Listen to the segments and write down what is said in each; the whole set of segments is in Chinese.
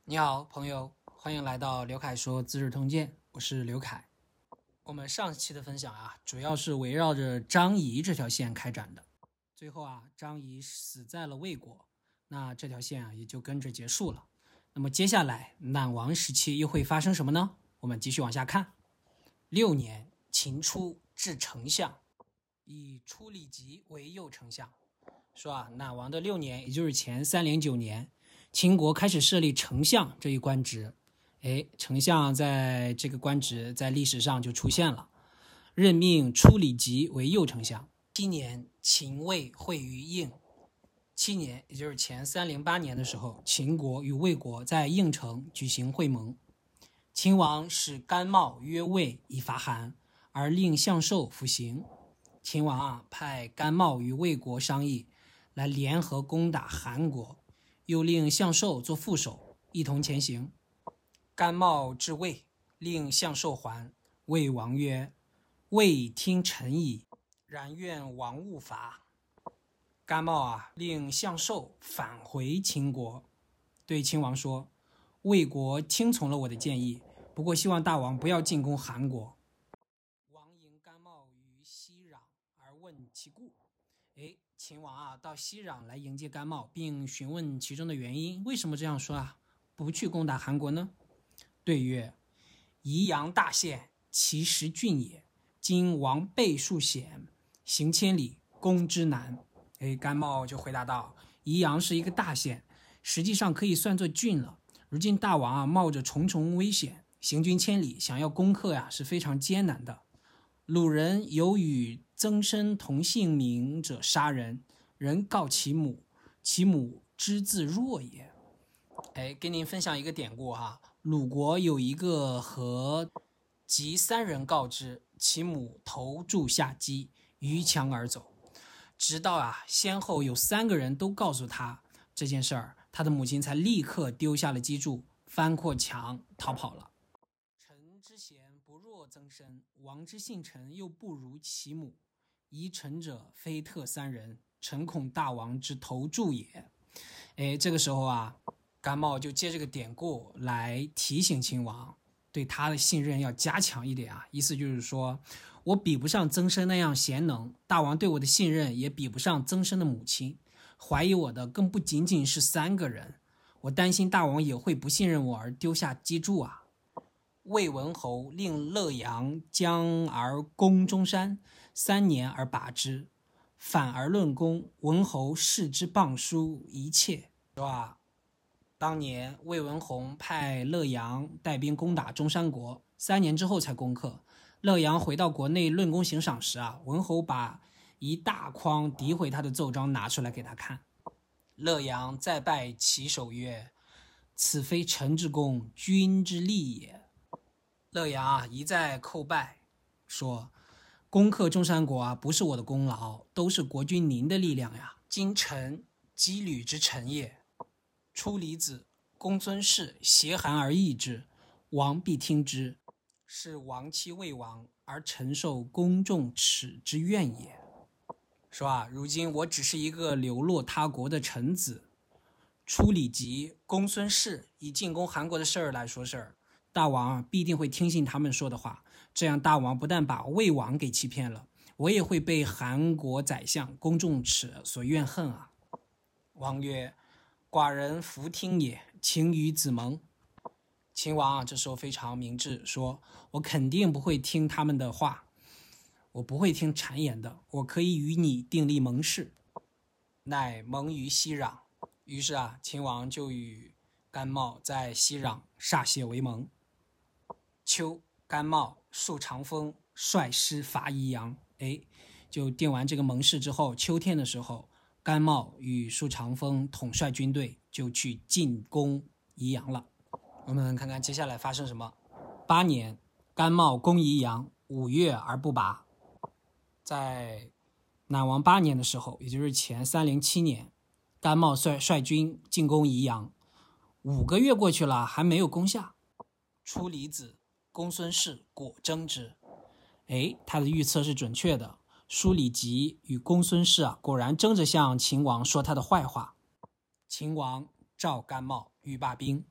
你好，朋友，欢迎来到刘凯说资治通鉴，我是刘凯。我们上期的分享主要是围绕着张仪这条线开展的。最后张仪死在了魏国，那这条线也就跟着结束了。那么接下来赧王时期又会发生什么呢？我们继续往下看。6年，秦初置丞相，以初里疾为右丞相。说赧王的6年，也就是前309年，秦国开始设立丞相这一官职。丞相在这个官职在历史上就出现了，任命初里疾为右丞相。7年，秦魏会于应。7年，也就是前308年的时候，秦国与魏国在应城举行会盟。秦王使甘茂约魏以伐韩，而令向寿服刑。秦王派甘茂与魏国商议，来联合攻打韩国，又令向寿做副手，一同前行。甘茂至魏，令向寿还。魏王曰：“魏听臣矣，然愿王勿伐。”甘茂令向寿返回秦国，对秦王说：“魏国听从了我的建议，不过希望大王不要进攻韩国。”王迎甘茂于西壤，而问其故。秦王到西壤来迎接甘茂，并询问其中的原因，为什么这样说不去攻打韩国呢？对曰：“宜阳大县，其实郡也。今王备数险，行千里，攻之难。”甘茂就回答道：“宜阳是一个大县，实际上可以算作郡了。如今大王冒着重重危险，行军千里，想要攻克是非常艰难的。鲁人有与曾参同姓名者杀人，人告其母，其母之自弱也。”跟您分享一个典故鲁国有一个和及3人告知，其母投柱下击，逾墙而走。直到先后有3个人都告诉他这件事儿，他的母亲才立刻丢下了击柱，翻过墙逃跑了。臣之贤不若曾参，王之信臣又不如其母，疑臣者非特3人，臣恐大王之投柱也。这个时候甘茂就借这个典故来提醒秦王，对他的信任要加强一点意思就是说，我比不上曾参那样贤能，大王对我的信任也比不上曾参的母亲，怀疑我的更不仅仅是3个人，我担心大王也会不信任我而丢下击柱魏文侯令乐阳将而攻中山，3年而拔之，反而论功，文侯视之谤书一切。说当年魏文侯派乐阳带兵攻打中山国，3年之后才攻克。乐阳回到国内论功行赏时文侯把一大筐诋毁他的奏章拿出来给他看。乐阳再拜其手曰：“此非臣之功，君之利也。”乐阳一再叩拜，说：“攻克中山国不是我的功劳，都是国君您的力量呀。今臣羁旅之臣也。初离子，公孙氏挟韩而易之，王必听之，是王妻魏王，而臣受公众耻之怨也。”说如今我只是一个流落他国的臣子，初里疾、公孙氏以进攻韩国的事儿来说事儿，大王必定会听信他们说的话，这样大王不但把魏王给欺骗了，我也会被韩国宰相公众耻所怨恨王曰：“寡人弗听也，请与子盟。”秦王这时候非常明智，说：“我肯定不会听他们的话，我不会听谗言的，我可以与你订立盟誓。”乃盟于西壤。于是秦王就与甘茂在西壤歃血为盟。秋，甘茂束长风，率师伐宜阳。就定完这个盟誓之后，秋天的时候，甘茂与束长风统帅军队就去进攻宜阳了。我们看看接下来发生什么。8年，甘茂攻宜阳，5月而不拔。在赧王8年的时候，也就是前307年，甘茂率军进攻宜阳，5个月过去了，还没有攻下。初离子、公孙氏果争之。他的预测是准确的，舒里疾与公孙氏果然争着向秦王说他的坏话。秦王召甘茂欲罢兵。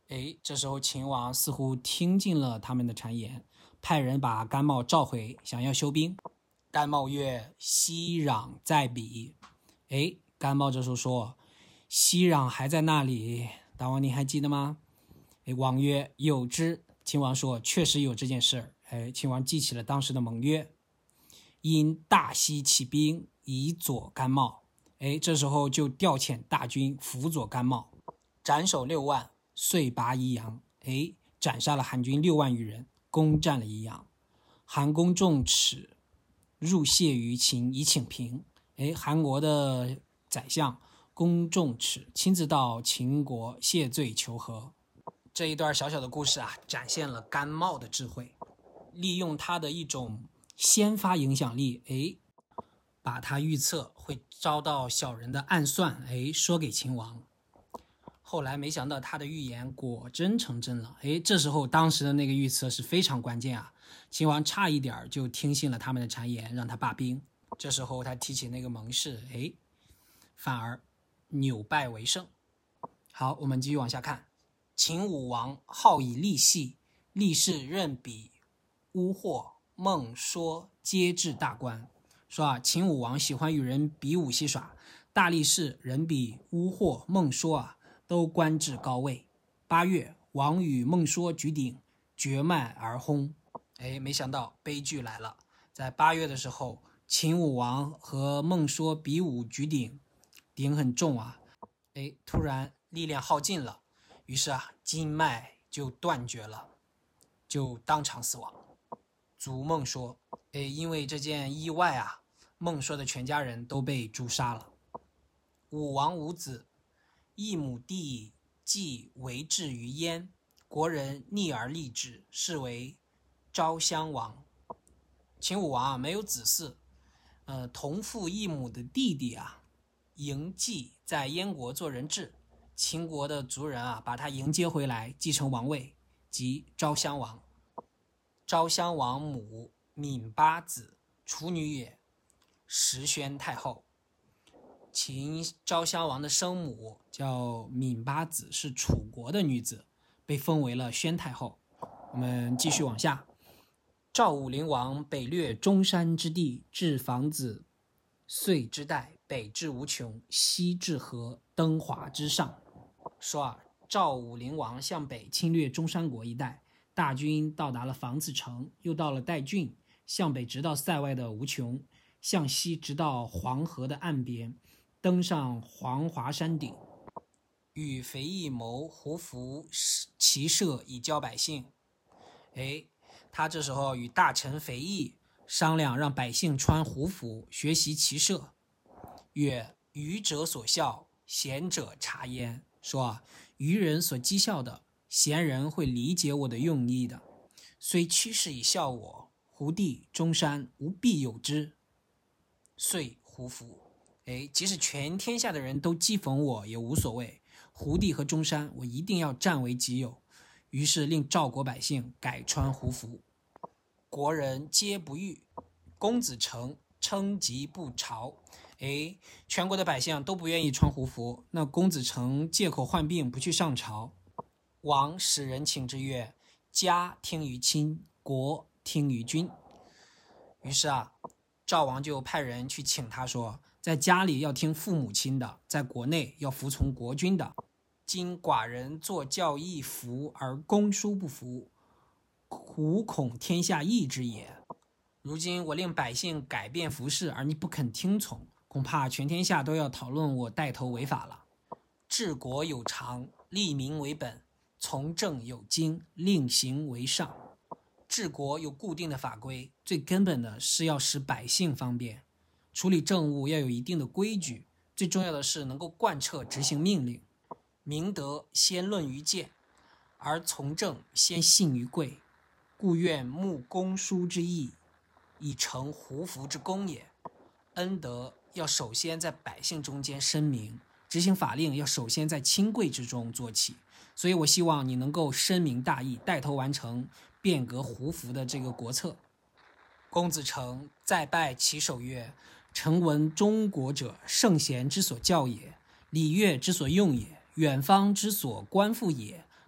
这时候秦王似乎听进了他们的谗言，派人把甘茂召回，想要休兵。甘茂曰：息壤在彼。甘茂这时候说，息壤还在那里，大王你还记得吗？王曰：有之。秦王说，确实有这件事。秦王记起了当时的盟约，因大西起兵以佐甘茂。这时候就调遣大军辅佐甘茂，斩首6万，遂拔宜阳。斩杀了韩军6万余人，攻占了宜阳。韩公仲齿入谢于秦以请平。韩国的宰相公仲齿亲自到秦国谢罪求和。这一段小小的故事啊，展现了甘茂的智慧，利用他的一种先发影响力，把他预测会遭到小人的暗算，说给秦王。后来没想到他的预言果真成真了。这时候当时的那个预测是非常关键啊，秦王差一点就听信了他们的谗言，让他罢兵。这时候他提起那个盟誓，反而扭败为胜。好，我们继续往下看。秦武王好以利系，立士任比、巫惑、孟说皆至大官。说啊，秦武王喜欢与人比武戏耍，大力士、任比、巫惑、孟说啊，都官至高位。8月，王与孟说举鼎，绝脉而轰。没想到悲剧来了。在8月的时候，秦武王和孟说比武举鼎，鼎很重啊，突然力量耗尽了，于是经脉就断绝了，就当场死亡。卒孟说。因为这件意外啊，孟说的全家人都被诛杀了。武王无子，一母弟既为质于燕，国人逆而立之，是为昭襄王。秦武王没有子嗣，同父异母的弟弟嬴稷在燕国做人质，秦国的族人把他迎接回来，继承王位，即昭襄王。昭襄王母闵八子，处女也，时宣太后。秦昭襄王的生母叫闵八子，是楚国的女子，被封为了宣太后。我们继续往下。赵武灵王北掠中山之地，置房子遂之代，北至无穷，西至河，登华之上。说赵武灵王向北侵略中山国一带，大军到达了房子城，又到了代郡，向北直到塞外的无穷，向西直到黄河的岸边，登上黄华山顶，与肥义谋胡服骑射以教百姓。他这时候与大臣肥义商量，让百姓穿胡服学习骑射。曰：愚者所笑，贤者察焉。说愚人所讥笑的，贤人会理解我的用意的。虽屈士以笑我，胡地中山无必有之。遂胡服。即使全天下的人都讥讽我也无所谓，胡地和中山我一定要占为己有。于是令赵国百姓改穿胡服，国人皆不欲。公子成称疾不朝。全国的百姓都不愿意穿胡服，那公子成借口患病不去上朝。王使人请之曰：家听于亲，国听于君。于是赵王就派人去请他说，在家里要听父母亲的，在国内要服从国君的。今寡人作教义服而公叔不服，胡恐天下异之也。如今我令百姓改变服饰，而你不肯听从，恐怕全天下都要讨论我带头违法了。治国有常，立民为本，从政有经，令行为上。治国有固定的法规，最根本的是要使百姓方便。处理政务要有一定的规矩，最重要的是能够贯彻执行命令。明德先论于谏，而从政先信于贵，故愿慕公叔之义，以成胡服之功也。恩德要首先在百姓中间声明，执行法令要首先在亲贵之中做起。所以我希望你能够深明大义，带头完成变革胡服的这个国策。公子成再拜其手曰：臣闻中国者，圣贤之所教也，礼乐之所用也，远方之所观复也，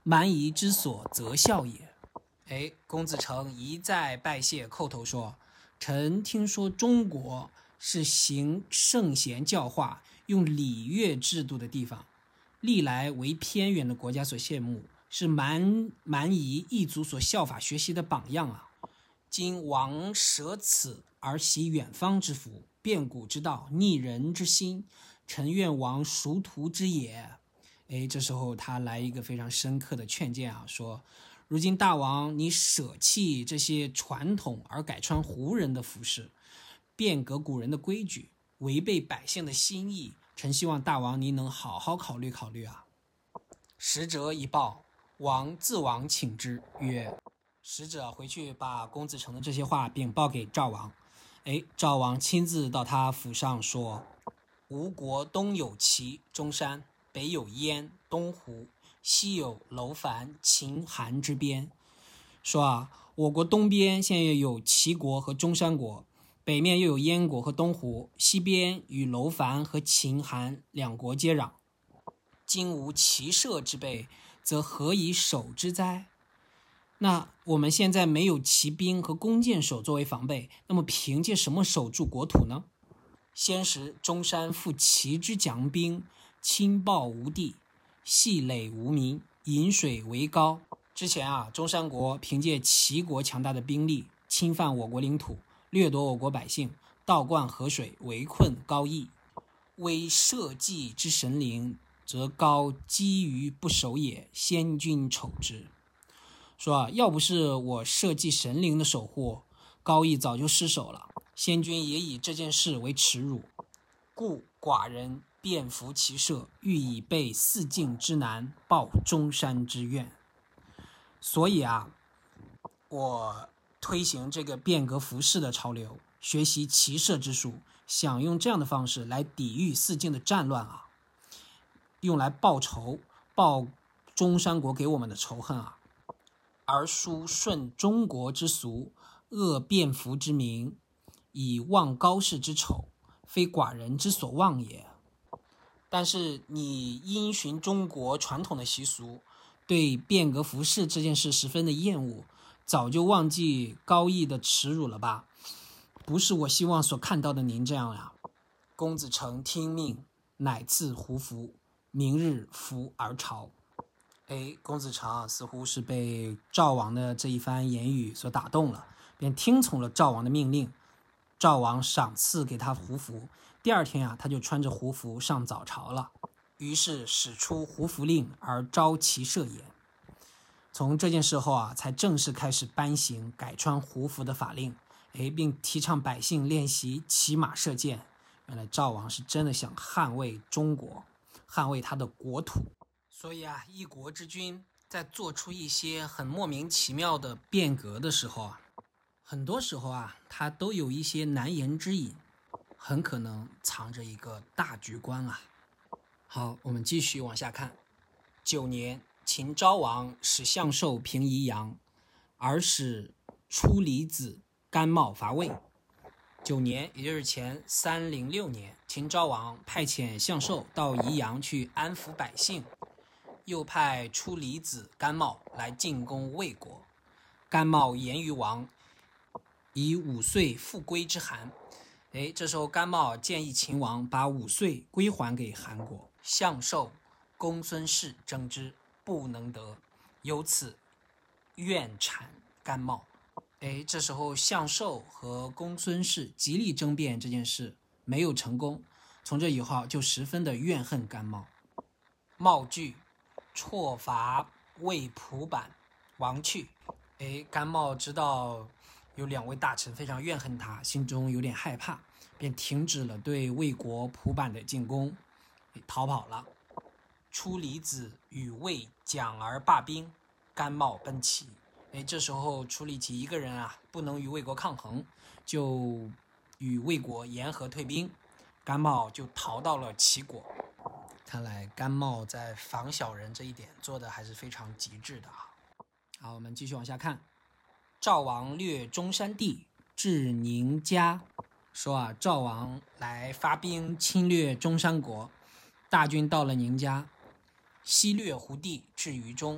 蛮夷之所择孝也。公子成一再拜谢叩头说，臣听说中国是行圣贤教化、用礼乐制度的地方，历来为偏远的国家所羡慕，是蛮夷异族所效法学习的榜样啊。今王舍此而习远方之福，变古之道，逆人之心，臣愿王熟途之也。这时候他来一个非常深刻的劝谏啊，说如今大王你舍弃这些传统而改穿胡人的服饰，变革古人的规矩，违背百姓的心意，臣希望大王您能好好考虑考虑啊。使者已报，王自往请之，曰，使者回去把公子成的这些话禀报给赵王。赵王亲自到他府上说，吴国东有齐、中山，北有燕、东胡，西有楼烦、秦、韩之边。说我国东边现在有齐国和中山国，北面又有燕国和东胡，西边与楼烦和秦、韩两国接壤。今无骑射之备，则何以守之哉？那我们现在没有骑兵和弓箭手作为防备，那么凭借什么守住国土呢？先时中山负齐之强兵，轻暴无地，细垒无民，引水为高。之前中山国凭借齐国强大的兵力，侵犯我国领土，掠夺我国百姓，倒灌河水，围困高邑。为社稷之神灵，则高积于不守也，先君丑之。说要不是我社稷神灵的守护，高邑早就失守了，先君也以这件事为耻辱，故寡人便服其社，欲以备四境之难，报中山之愿。所以我推行这个变革服饰的潮流，学习骑射之术，想用这样的方式来抵御四境的战乱用来报仇，报中山国给我们的仇恨而书顺中国之俗，恶变服之名，以忘高氏之丑，非寡人之所望也。但是你因循中国传统的习俗，对变革服饰这件事十分的厌恶，早就忘记高邑的耻辱了吧？不是我希望所看到的您这样呀。公子成听命，乃赐胡服，明日服而朝。公子成似乎是被赵王的这一番言语所打动了，便听从了赵王的命令。赵王赏赐给他胡服，第二天他就穿着胡服上早朝了。于是使出胡服令而招骑射也。从这件事后才正式开始颁行改穿胡服的法令，并提倡百姓练习骑马射箭。原来赵王是真的想捍卫中国，捍卫他的国土。所以一国之君在做出一些很莫名其妙的变革的时候很多时候他都有一些难言之隐，很可能藏着一个大局观好，我们继续往下看。9年，秦昭王使向寿平宜阳，而使出离子甘茂伐魏。9年，也就是前306年，秦昭王派遣向寿到宜阳去安抚百姓，又派出离子甘茂来进攻魏国。甘茂言于王，以5岁复归之韩。这时候甘茂建议秦王把5岁归还给韩国。向寿、公孙氏争之，不能得，由此怨谗甘茂。这时候向寿和公孙氏极力争辩这件事，没有成功。从这以后就十分的怨恨甘茂。茂惧，辍伐魏蒲坂，亡去。甘茂知道有2位大臣非常怨恨他，心中有点害怕，便停止了对魏国蒲坂的进攻，逃跑了。出离子与魏讲而罢兵，甘茂奔齐。这时候出离子一个人不能与魏国抗衡，就与魏国言和退兵，甘茂就逃到了齐国。看来甘茂在防小人这一点做的还是非常极致的好，我们继续往下看。赵王掠中山地，至宁家。说赵王来发兵侵略中山国，大军到了宁家，西掠胡地，至于中。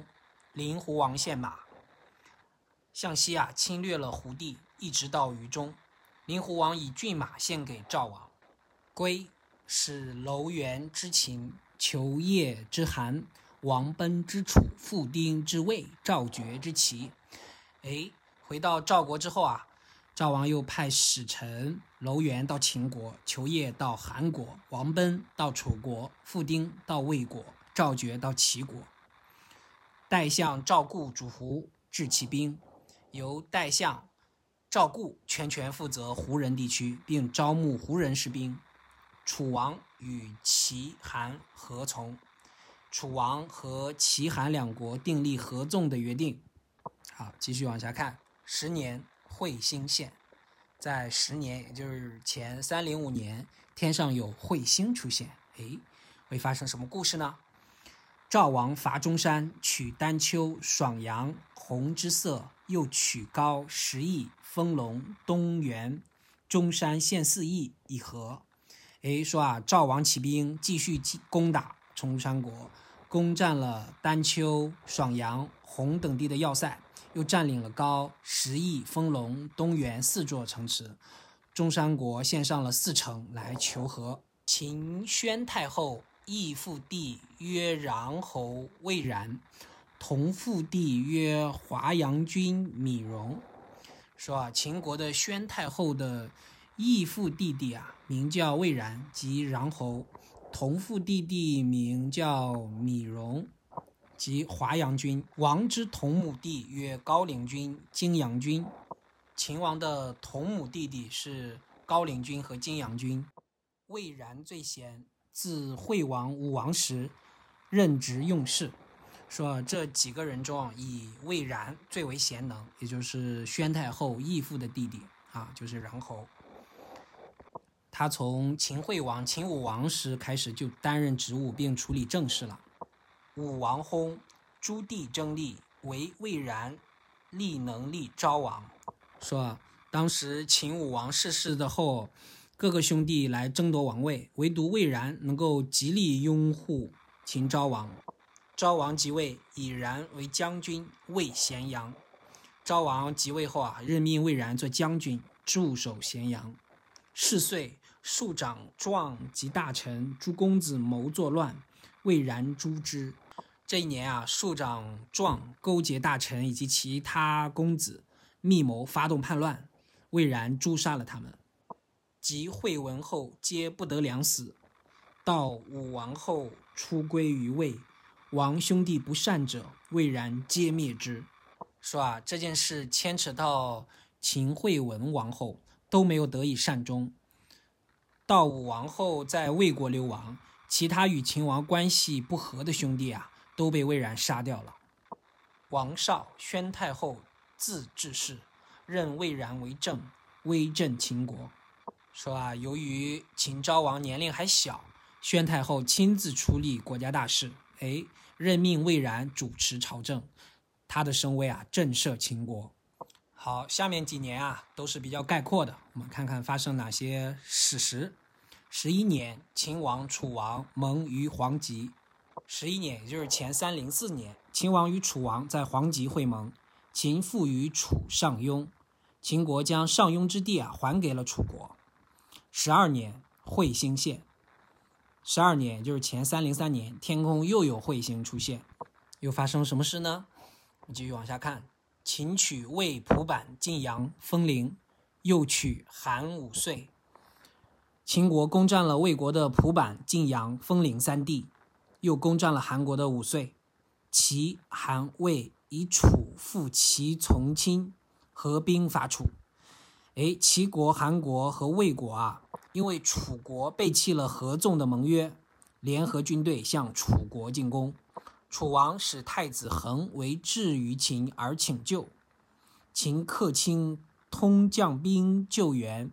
临湖王献马，向西侵略了胡地，一直到渝中。临湖王以骏马献给赵王。归是楼元之秦，求业之韩，王奔之楚，傅丁之魏，赵厥之齐。回到赵国之后赵王又派使臣楼元到秦国，求业到韩国，王奔到楚国，傅丁到魏国，赵厥到齐国。代相赵固主胡，治其兵，由代相赵固全负责胡人地区，并招募胡人士兵。楚王与齐韩合从，楚王和齐韩两国订立合纵的约定。好，继续往下看。10年，彗星现。在10年，也就是前305年，天上有彗星出现。会发生什么故事呢？赵王伐中山，取丹丘、爽阳、红之色，又取高、石邑、丰隆、东原、中山县4邑以和。说赵王起兵继续攻打中山国，攻占了丹丘、爽阳、红等地的要塞，又占领了高、石邑、丰隆、东原4座城池。中山国献上了4城来求和。秦宣太后义父弟曰穰侯魏然，同父弟曰华阳君米荣。说秦国的宣太后的义父弟弟名叫魏然，即穰侯；同父弟弟名叫米荣，即华阳君。王之同母弟曰高陵君、荆阳君。秦王的同母弟弟是高陵君和荆阳君。魏然最贤，自惠王、武王时任职用事。说这几个人中，以魏然最为贤能，也就是宣太后义父的弟弟就是穰侯。他从秦惠王、秦武王时开始就担任职务并处理政事了。武王薨，诸弟争利，唯魏然力能立昭王。说当时秦武王逝世的后，各个兄弟来争夺王位，唯独魏然能够极力拥护秦昭王。昭王即位，以然为将军，卫咸阳。昭王即位后任命魏然做将军，驻守咸阳。是岁，庶长壮及大臣诸公子谋作乱，魏然诛之。这一年庶长壮勾结大臣以及其他公子，密谋发动叛乱，魏然诛杀了他们。及惠文后，皆不得良死。到武王后，出归于魏。王兄弟不善者，魏然皆灭之。说这件事牵扯到秦惠文王后，都没有得以善终。到武王后在魏国流亡，其他与秦王关系不和的兄弟都被魏然杀掉了。王少、宣太后自治事，任魏然为政，威震秦国。说由于秦昭王年龄还小，宣太后亲自处理国家大事，任命魏然主持朝政，他的声威震慑秦国。好，下面几年都是比较概括的，我们看看发生哪些史实。11年，秦王、楚王盟于黄棘。11年，也就是前304年，秦王与楚王在黄棘会盟，秦复与楚上庸，秦国将上庸之地还给了楚国。12年，彗星现。12年，也就是前303年，天空又有彗星出现。又发生什么事呢？继续往下看。秦取魏蒲坂、晋阳、封陵，又取韩5岁。秦国攻占了魏国的蒲坂、晋阳、封陵3地，又攻占了韩国的5岁。齐、韩、魏以楚复齐从亲，合兵伐楚。齐国、韩国和魏国因为楚国背弃了合纵的盟约，联合军队向楚国进攻。楚王使太子恒为质于秦而请救，秦克卿通将兵救援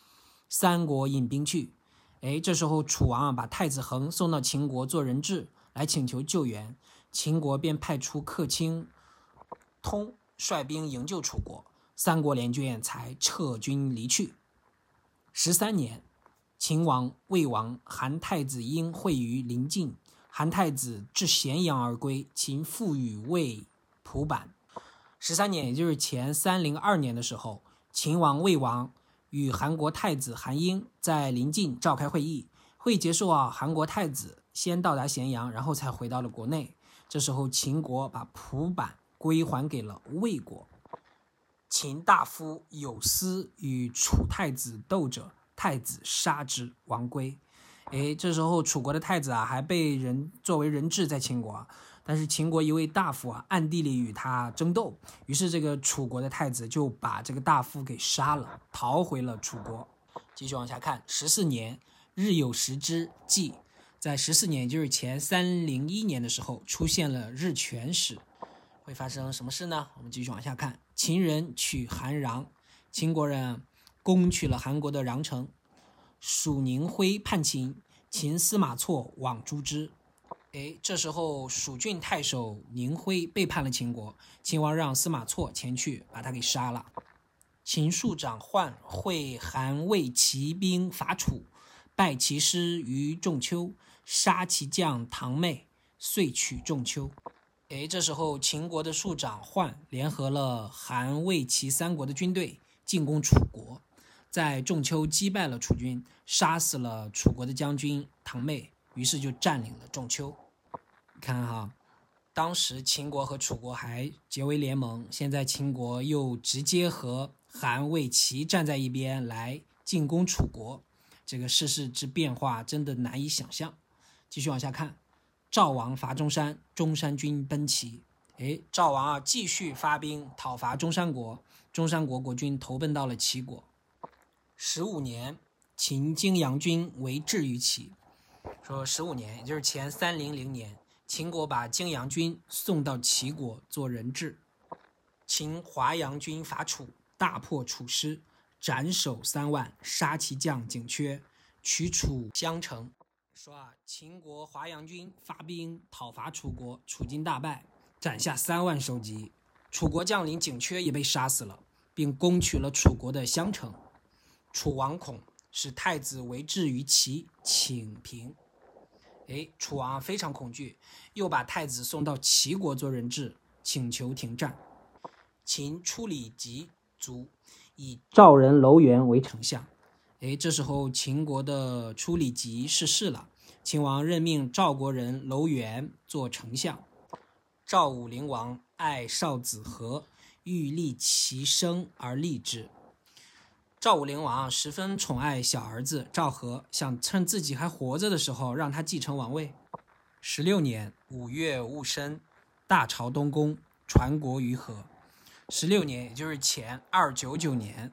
，3国引兵去。这时候楚王把太子恒送到秦国做人质，来请求救援。秦国便派出克卿通率兵营救楚国，3国联军才撤军离去。13年，秦王、魏王、韩太子婴会于临晋，韩太子至咸阳而归，秦复与魏蒲坂。13年，也就是前302年的时候，秦王魏王与韩国太子韩英在临晋召开会议。会议结束韩国太子先到达咸阳，然后才回到了国内。这时候秦国把蒲坂归还给了魏国。秦大夫有司与楚太子斗者，太子杀之，王归。这时候楚国的太子还被人作为人质在秦国，但是秦国一位大夫暗地里与他争斗，于是这个楚国的太子就把这个大夫给杀了，逃回了楚国。继续往下看，14年，日有食之纪。在14年，也就是前301年的时候，出现了日全食。会发生什么事呢？我们继续往下看。秦人取韩穰，秦国人攻取了韩国的穰城。蜀宁辉叛秦，秦司马错往诛之。这时候蜀郡太守宁辉背叛了秦国，秦王让司马错前去把他给杀了。秦庶长涣会韩魏齐兵伐楚，败其师于仲丘，杀其将唐妹，遂取仲丘。这时候秦国的庶长涣联合了韩魏齐3国的军队进攻楚国，在仲丘击败了楚军，杀死了楚国的将军唐妹，于是就占领了仲丘。看当时秦国和楚国还结为联盟，现在秦国又直接和韩魏齐站在一边来进攻楚国，这个世事之变化真的难以想象。继续往下看，赵王伐中山，中山军奔齐。赵王继续发兵讨伐中山国，中山国国军投奔到了齐国。15年，秦荆阳军为质于齐。说15年，也就是前300年，秦国把荆阳军送到齐国做人质。秦华阳军伐楚，大破楚师，斩首3万，杀其将景缺，取楚襄城。说秦国华阳军发兵讨伐楚国，楚军大败，斩下3万首级，楚国将领景缺也被杀死了，并攻取了楚国的襄城。楚王恐，使太子为质于齐，请平。楚王非常恐惧，又把太子送到齐国做人质，请求停战。秦初里吉卒，以赵人楼元为丞相。这时候秦国的初里吉逝世了，秦王任命赵国人楼元做丞相。赵武灵王爱少子和，欲立其生而立之。赵武灵王十分宠爱小儿子赵和，想趁自己还活着的时候让他继承王位。16年5月戊申，大朝东宫，传国于河。16年，也就是前299年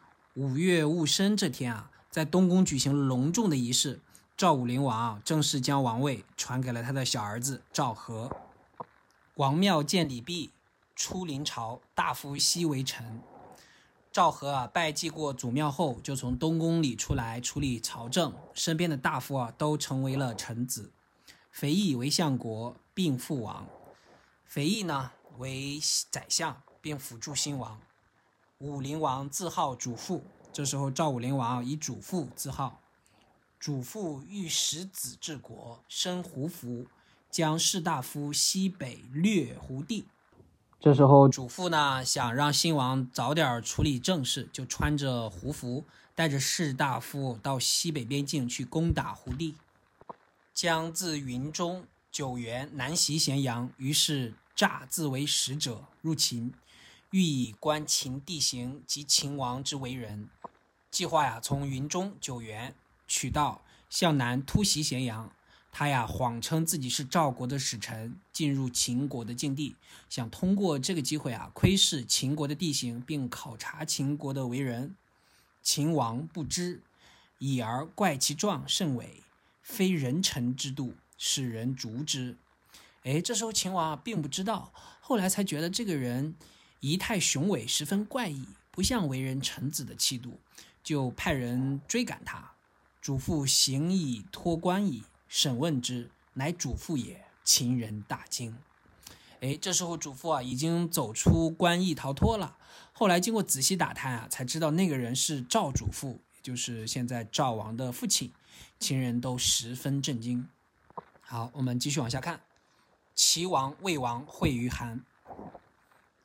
5月戊申这天在东宫举行了隆重的仪式，赵武灵王正式将王位传给了他的小儿子赵和。王庙见礼毕，出临朝，大夫悉为臣。赵和拜祭过祖庙后，就从东宫里出来处理朝政，身边的大夫都成为了臣子。肥义为相国，并父王。肥义呢为宰相，并辅助新王。武灵王自号主父，这时候赵武灵王以主父自号。主父欲使子治国，生胡服，将士大夫西北掠胡地。这时候主父呢想让新王早点处理政事，就穿着胡服，带着士大夫到西北边境去攻打胡地。将自云中九原南袭咸阳，于是诈自为使者入秦，欲以观秦地形及秦王之为人。计划从云中九原取道向南突袭咸阳。他谎称自己是赵国的使臣，进入秦国的境地，想通过这个机会窥视秦国的地形，并考察秦国的为人。秦王不知，以而怪其状甚伪，非人臣之度，使人逐之。这时候秦王并不知道，后来才觉得这个人仪态雄伟，十分怪异，不像为人臣子的气度，就派人追赶他。主父行以托关矣，审问之，乃主父也。秦人大惊。这时候主父已经走出关隘逃脱了。后来经过仔细打探才知道那个人是赵主父，也就是现在赵王的父亲。秦人都十分震惊。好，我们继续往下看。齐王魏王会于韩。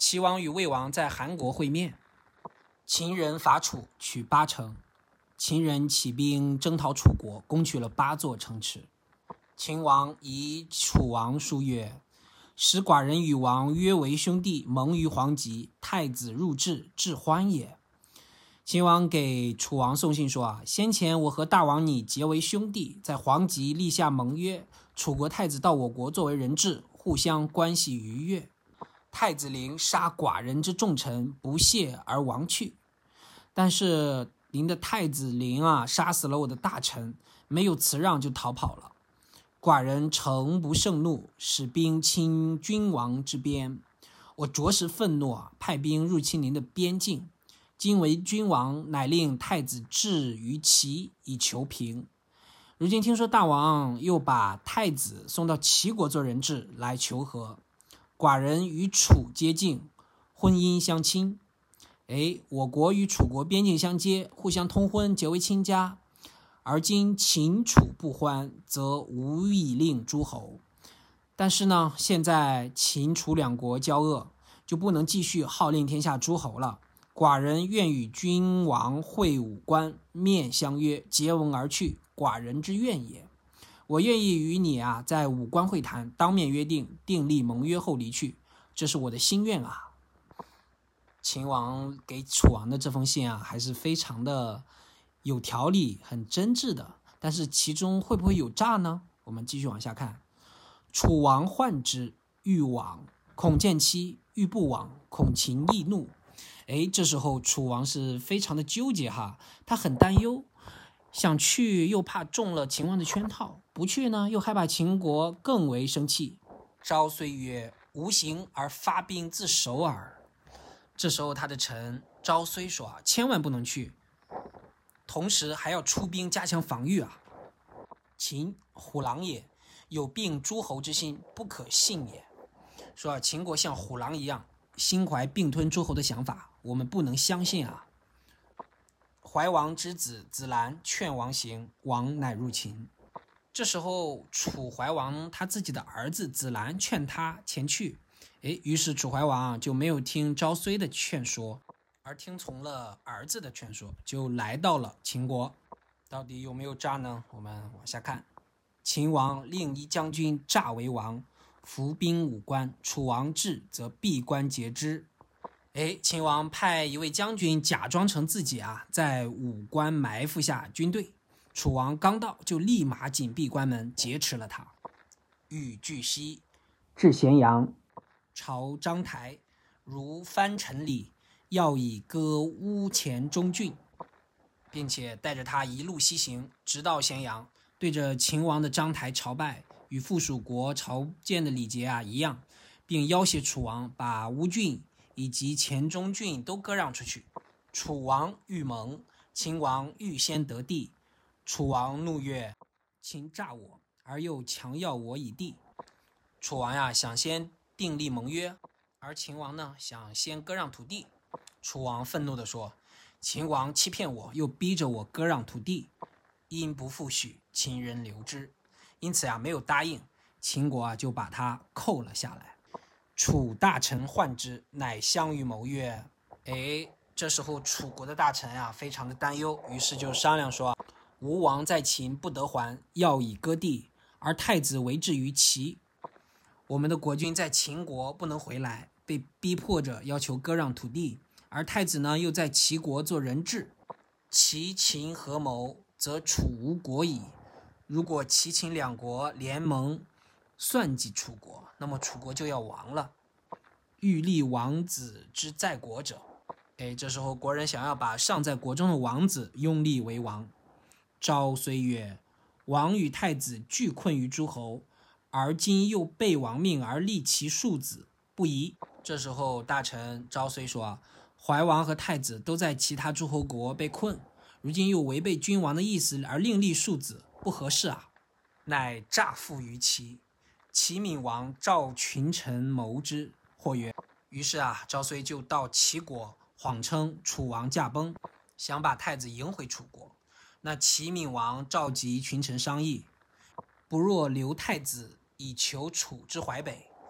齐王与魏王在韩国会面，秦人伐楚，取8城。秦人起兵征讨楚国，攻取了8座城池。秦王以楚王书曰：使寡人与王约为兄弟，盟于黄棘，太子入质，至欢也。秦王给楚王送信说先前我和大王你结为兄弟，在黄棘立下盟约，楚国太子到我国作为人质，互相关系愉悦。太子陵杀寡人之重臣，不屑而亡去。但是您的太子陵杀死了我的大臣，没有辞让就逃跑了。寡人诚不胜怒，使兵侵君王之边。我着实愤怒派兵入侵您的边境。今为君王，乃令太子至于齐，以求平。如今听说大王又把太子送到齐国做人质来求和，寡人与楚接近，婚姻相亲。我国与楚国边境相接，互相通婚，结为亲家。而今秦楚不欢，则无以令诸侯。但是呢，现在秦楚两国交恶，就不能继续号令天下诸侯了。寡人愿与君王会武关，面相约，结盟而去，寡人之愿也。我愿意与你在武关会谈，当面约定，订立盟约后离去，这是我的心愿啊。秦王给楚王的这封信还是非常的有条理，很真挚的，但是其中会不会有诈呢？我们继续往下看。楚王患之，欲往，恐见妻，欲不往，恐秦易怒。这时候楚王是非常的纠结他很担忧，想去又怕中了秦王的圈套，不去呢又害怕秦国更为生气。昭遂曰：无行而发兵自守耳。这时候他的臣昭遂说千万不能去，同时还要出兵加强防御秦虎狼也，有并诸侯之心，不可信也。说秦国像虎狼一样，心怀并吞诸侯的想法，我们不能相信怀王之子子兰劝王行，王乃入秦。这时候楚怀王他自己的儿子子兰劝他前去，于是楚怀王就没有听昭遂的劝说，而听从了儿子的劝说，就来到了秦国。到底有没有诈呢？我们往下看。秦王令一将军诈为王，伏兵武关，楚王至，则闭关截之。秦王派一位将军假装成自己在武关埋伏下军队，楚王刚到就立马紧闭关门，劫持了他。欲据西，至咸阳，朝章台，如藩臣礼，要以歌屋前中郡，并且带着他一路西行，直到咸阳，对着秦王的章台朝拜，与附属国朝见的礼节一样，并要挟楚王把乌郡以及黔中郡都割让出去。楚王欲盟，秦王欲先得地。楚王怒曰：秦诈我，而又强要我以地。楚王想先订立盟约，而秦王呢想先割让土地。楚王愤怒地说：秦王欺骗我，又逼着我割让土地，因不复许，秦人留之。因此没有答应，秦国就把他扣了下来。楚大臣患之，乃相与谋曰：这时候楚国的大臣非常的担忧，于是就商量说：吴王在秦不得还，要以割地，而太子为质于齐。我们的国君在秦国不能回来，被逼迫着要求割让土地，而太子呢又在齐国做人质。齐秦合谋，则楚无国矣。如果齐秦两国联盟算计楚国，那么楚国就要亡了。欲立王子之在国者，这时候国人想要把尚在国中的王子拥立为王。昭遂曰：王与太子俱困于诸侯，而今又背王命而立其庶子，不宜。这时候大臣昭遂说怀王和太子都在其他诸侯国被困，如今又违背君王的意思而另立庶子，不合适乃诈附于齐。齐闵王召群臣谋之，或曰。于是昭遂就到齐国，谎称楚王驾崩，想把太子迎回楚国。那齐闵王召集群臣商议，不若留太子以求楚之淮北。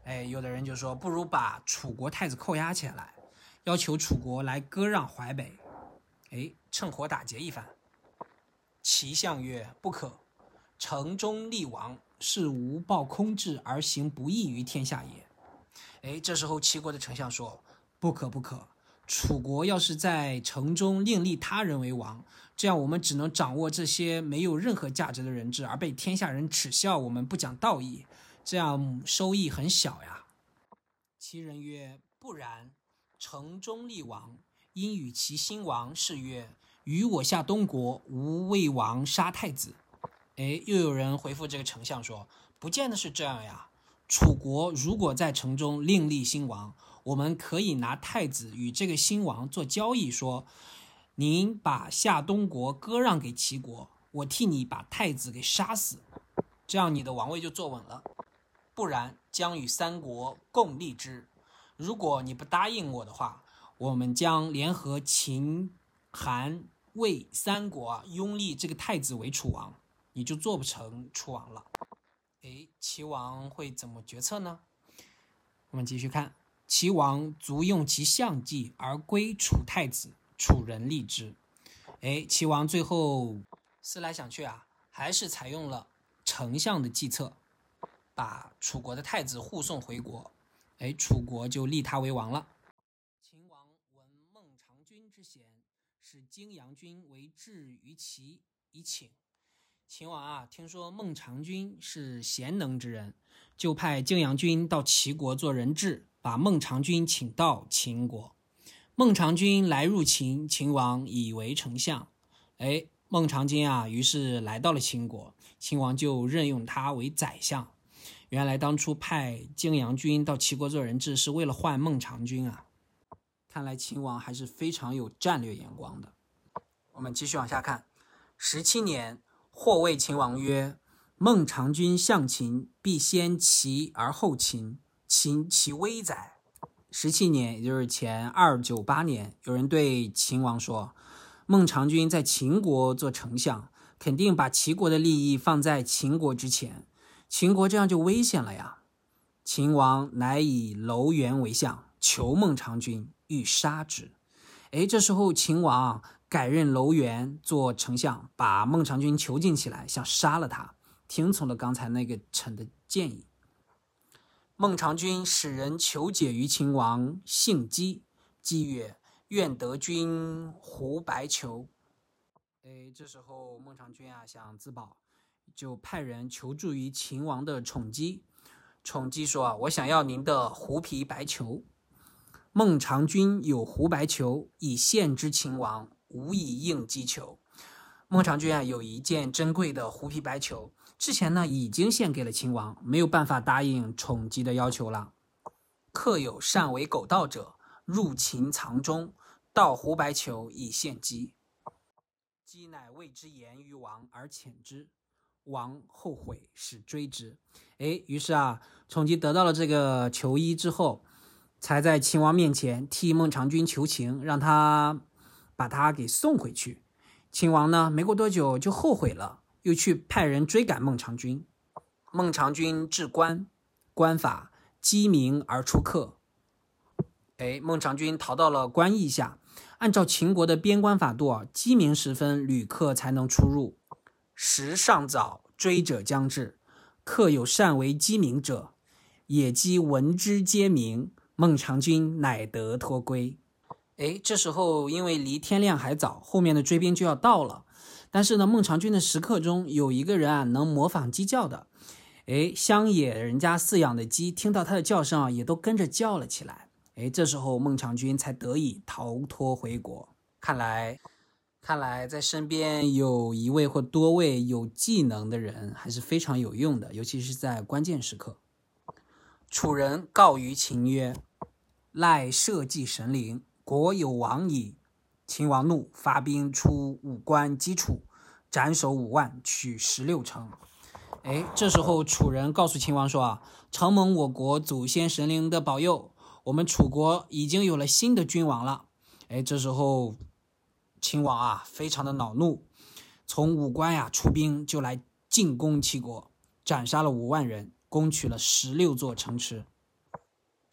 有的人就说，不如把楚国太子扣押起来，要求楚国来割让淮北，趁火打劫一番。齐相曰：不可，城中立王，是无抱空志而行不义于天下也。这时候齐国的丞相说，不可不可，楚国要是在城中另立他人为王，这样我们只能掌握这些没有任何价值的人质，而被天下人耻笑我们不讲道义，这样收益很小呀。齐人曰：不然，城中立王，因与其兴王是曰：于我下东国，无魏王杀太子。又有人回复这个丞相说，不见得是这样呀。楚国如果在城中另立新王，我们可以拿太子与这个新王做交易，说您把夏东国割让给齐国，我替你把太子给杀死，这样你的王位就坐稳了。不然，将与三国共立之。如果你不答应我的话，我们将联合秦、韩、魏三国拥立这个太子为楚王，你就做不成楚王了。齐王会怎么决策呢？我们继续看，齐王卒用其相计而归楚太子，楚人立之。齐王最后思来想去还是采用了丞相的计策，把楚国的太子护送回国，楚国就立他为王了。秦王闻孟尝君之贤，使荆阳君为质于齐以请。秦王听说孟尝君是贤能之人，就派荆阳君到齐国做人质，把孟尝君请到秦国。孟尝君来入秦，秦王以为丞相。孟尝君于是来到了秦国，秦王就任用他为宰相。原来当初派荆阳君到齐国做人质，是为了换孟尝君看来秦王还是非常有战略眼光的。我们继续往下看。17年，或谓秦王曰：孟尝君相秦，必先齐而后秦，秦其危哉。17年，也就是前298年，有人对秦王说，孟尝君在秦国做丞相，肯定把齐国的利益放在秦国之前，秦国这样就危险了呀。秦王乃以楼元为相，求孟尝君，欲杀之。这时候秦王改任楼元做丞相，把孟尝君囚禁起来，想杀了他，听从了刚才那个臣的建议。孟尝君使人求解于秦王，姓姬，姬曰：愿得君胡白裘。这时候孟尝君想自保，就派人求助于秦王的宠姬。宠姬说我想要您的狐皮白裘。孟尝君有狐白裘，以献之秦王，无以应姬求。孟尝君有一件珍贵的狐皮白裘，之前呢已经献给了秦王，没有办法答应宠姬的要求了。客有擅为狗盗者，入秦藏中，盗狐白裘以献姬。姬乃谓之言于王而遣之，王后悔，使追之。于是宠姬得到了这个裘衣之后，才在秦王面前替孟尝君求情，让他把他给送回去。秦王呢，没过多久就后悔了，又去派人追赶孟尝君。孟尝君至关，关法鸡鸣而出客。孟尝君逃到了关邑下，按照秦国的边关法度鸡鸣时分，旅客才能出入。时尚早，追者将至，客有擅为鸡鸣者，野鸡闻之皆鸣，孟尝君乃得脱归。这时候因为离天亮还早，后面的追兵就要到了。但是呢，孟尝君的食客中有一个人能模仿鸡叫的。乡野人家饲养的鸡听到他的叫声也都跟着叫了起来。这时候孟尝君才得以逃脱回国。看来在身边有一位或多位有技能的人还是非常有用的，尤其是在关键时刻。楚人告于秦曰：赖社稷神灵，国有亡矣。秦王怒，发兵出武关击楚，斩首5万，取16城。这时候楚人告诉秦王说承蒙我国祖先神灵的保佑，我们楚国已经有了新的君王了。这时候秦王非常的恼怒，从武关出兵就来进攻齐国，斩杀了5万人，攻取了16座城池。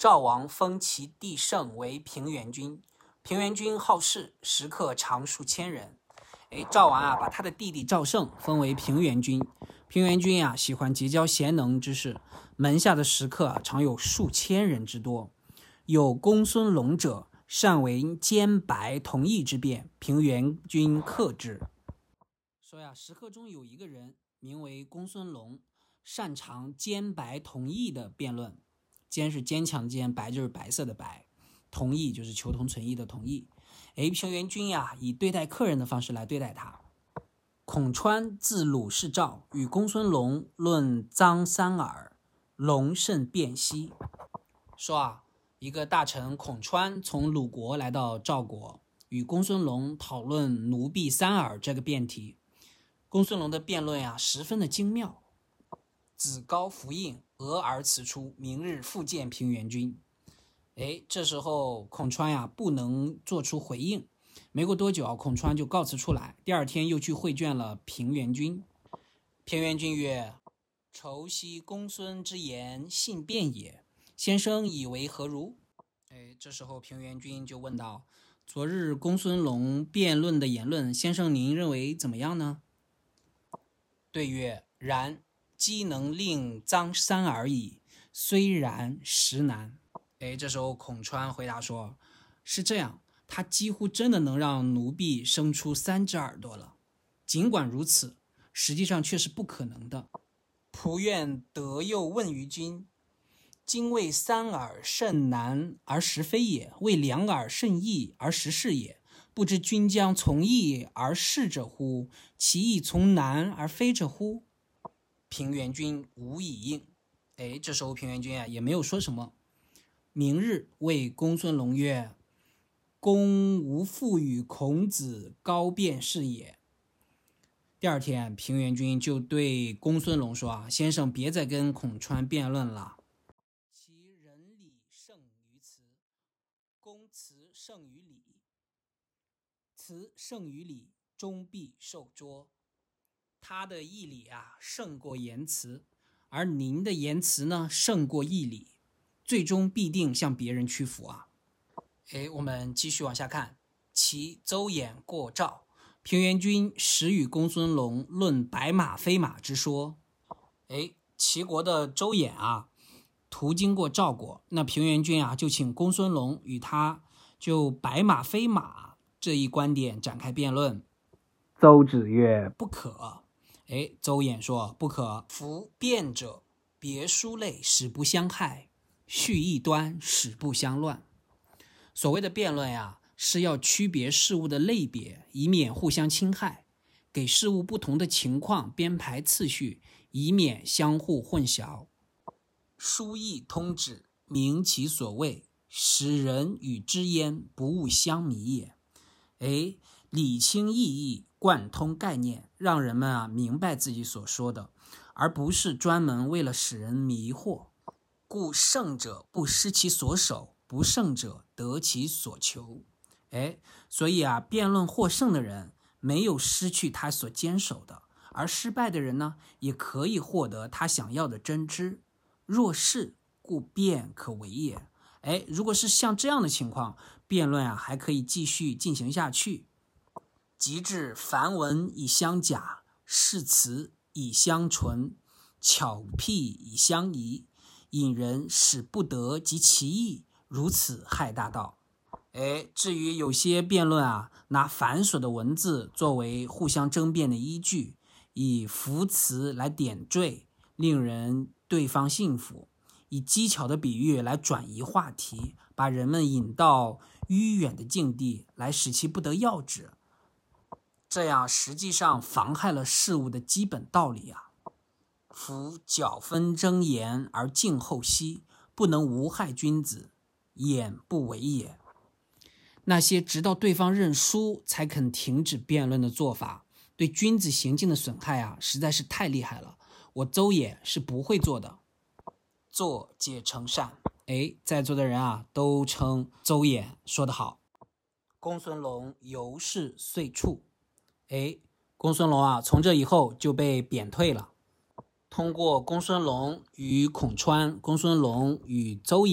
赵王封其弟胜为平原君，平原君好事，食客常数千人。赵王啊，把他的弟弟赵胜封为平原君。平原君啊，喜欢结交贤能之士，门下的食客啊，常有数千人之多。有公孙龙者，善为兼白同义之辩，平原君克之。说呀，食客中有一个人名为公孙龙，擅长兼白同义的辩论。坚是坚强的坚，白就是白色的白，同义就是求同存异的同义。平原君呀，以对待客人的方式来对待他。孔川字鲁氏赵，与公孙龙论臧三耳，龙甚辩析。说啊，一个大臣孔川从鲁国来到赵国，与公孙龙讨论奴婢三耳这个辩题。公孙龙的辩论呀，十分的精妙。子高弗应，俄而辞出，明日复见平原君。这时候孔川呀，不能做出回应。没过多久，孔川就告辞出来，第二天又去会见了平原君。平原君曰：愁昔公孙之言，信辩也，先生以为何如？这时候平原君就问道：昨日公孙龙辩论的言论，先生您认为怎么样呢？对曰：然，机能令臧三耳矣，虽然实难。这时候孔川回答说：是这样，他几乎真的能让奴婢生出3只耳朵了。尽管如此，实际上却是不可能的。仆愿得又问于君：今谓3耳甚难而实非也，谓2耳甚易而实是也。不知君将从易而是者乎？其易从难而非者乎？平原君无以应。这时候平原君也没有说什么。明日谓公孙龙曰：公无复与孔子高辩是也。第二天，平原君就对公孙龙说：先生别再跟孔川辩论了。其人理胜于辞，公辞胜于礼，辞胜于礼，终必受捉。他的义理啊，胜过言辞，而您的言辞呢，胜过义理，最终必定向别人屈服啊。我们继续往下看。其邹衍过赵，平原君时与公孙龙论白马非马之说。齐国的邹衍啊，途经过赵国，那平原君啊，就请公孙龙与他就白马非马这一观点展开辩论。邹子曰：不可。邹衍说：不可。夫辩者，别书类，使不相害；蓄异端，使不相乱。所谓的辩论呀，是要区别事物的类别，以免互相侵害；给事物不同的情况编排次序，以免相互混淆。书意通止，明其所谓，使人与之焉，不误相迷也。理清意义，贯通概念，让人们明白自己所说的，而不是专门为了使人迷惑。故胜者不失其所守，不胜者得其所求。所以辩论获胜的人没有失去他所坚守的，而失败的人呢，也可以获得他想要的真知。若是，故辩可为也。如果是像这样的情况，辩论还可以继续进行下去。及至繁文以相假，誓词以相纯，巧辟以相宜，引人使不得及其意，如此害大道。至于有些辩论拿繁琐的文字作为互相争辩的依据，以浮词来点缀，令人对方信服，以机巧的比喻来转移话题，把人们引到迂远的境地，来使其不得要旨。这样实际上妨害了事物的基本道理啊。夫矫纷争言而静后息，不能无害君子，焉不为也。那些直到对方认输才肯停止辩论的做法，对君子行径的损害实在是太厉害了。我邹衍是不会做的。做皆称善。在座的人都称邹衍说得好。公孙龙由是遂处。公孙龙从这以后就被贬退了。通过公孙龙与孔川、公孙龙与邹衍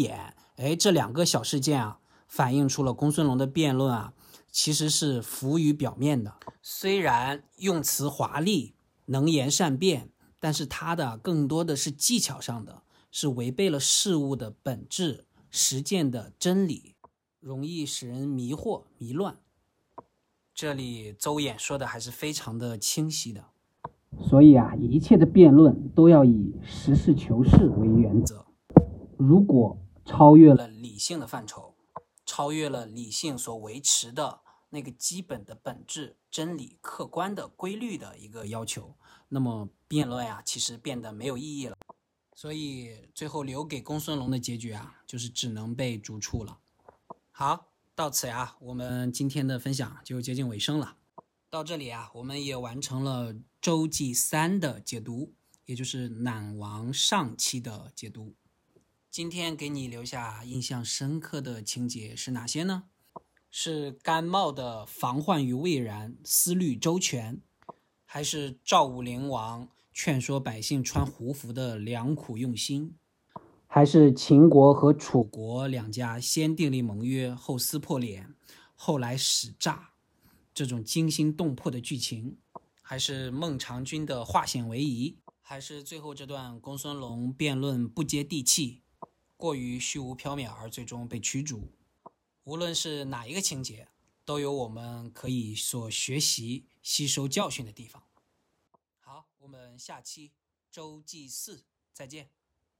这两个小事件啊，反映出了公孙龙的辩论啊，其实是浮于表面的。虽然用词华丽，能言善辩，但是他的更多的是技巧上的，是违背了事物的本质、实践的真理，容易使人迷惑迷乱。这里邹衍说的还是非常的清晰的。所以啊，一切的辩论都要以实事求是为原则。如果超越了理性的范畴，超越了理性所维持的那个基本的本质、真理、客观的规律的一个要求，那么辩论啊，其实变得没有意义了。所以最后留给公孙龙的结局啊，就是只能被逐出了。好，到此呀，我们今天的分享就接近尾声了。到这里啊，我们也完成了周记3的解读，也就是赧王上期的解读。今天给你留下印象深刻的情节是哪些呢？是甘茂的防患于未然，思虑周全，还是赵武灵王劝说百姓穿胡服的良苦用心，还是秦国和楚国两家先订立盟约，后撕破脸，后来使诈，这种惊心动魄的剧情，还是孟尝君的化险为夷，还是最后这段公孙龙辩论不接地气，过于虚无缥缈而最终被驱逐？无论是哪一个情节，都有我们可以所学习、吸收教训的地方。好，我们下期周记4再见。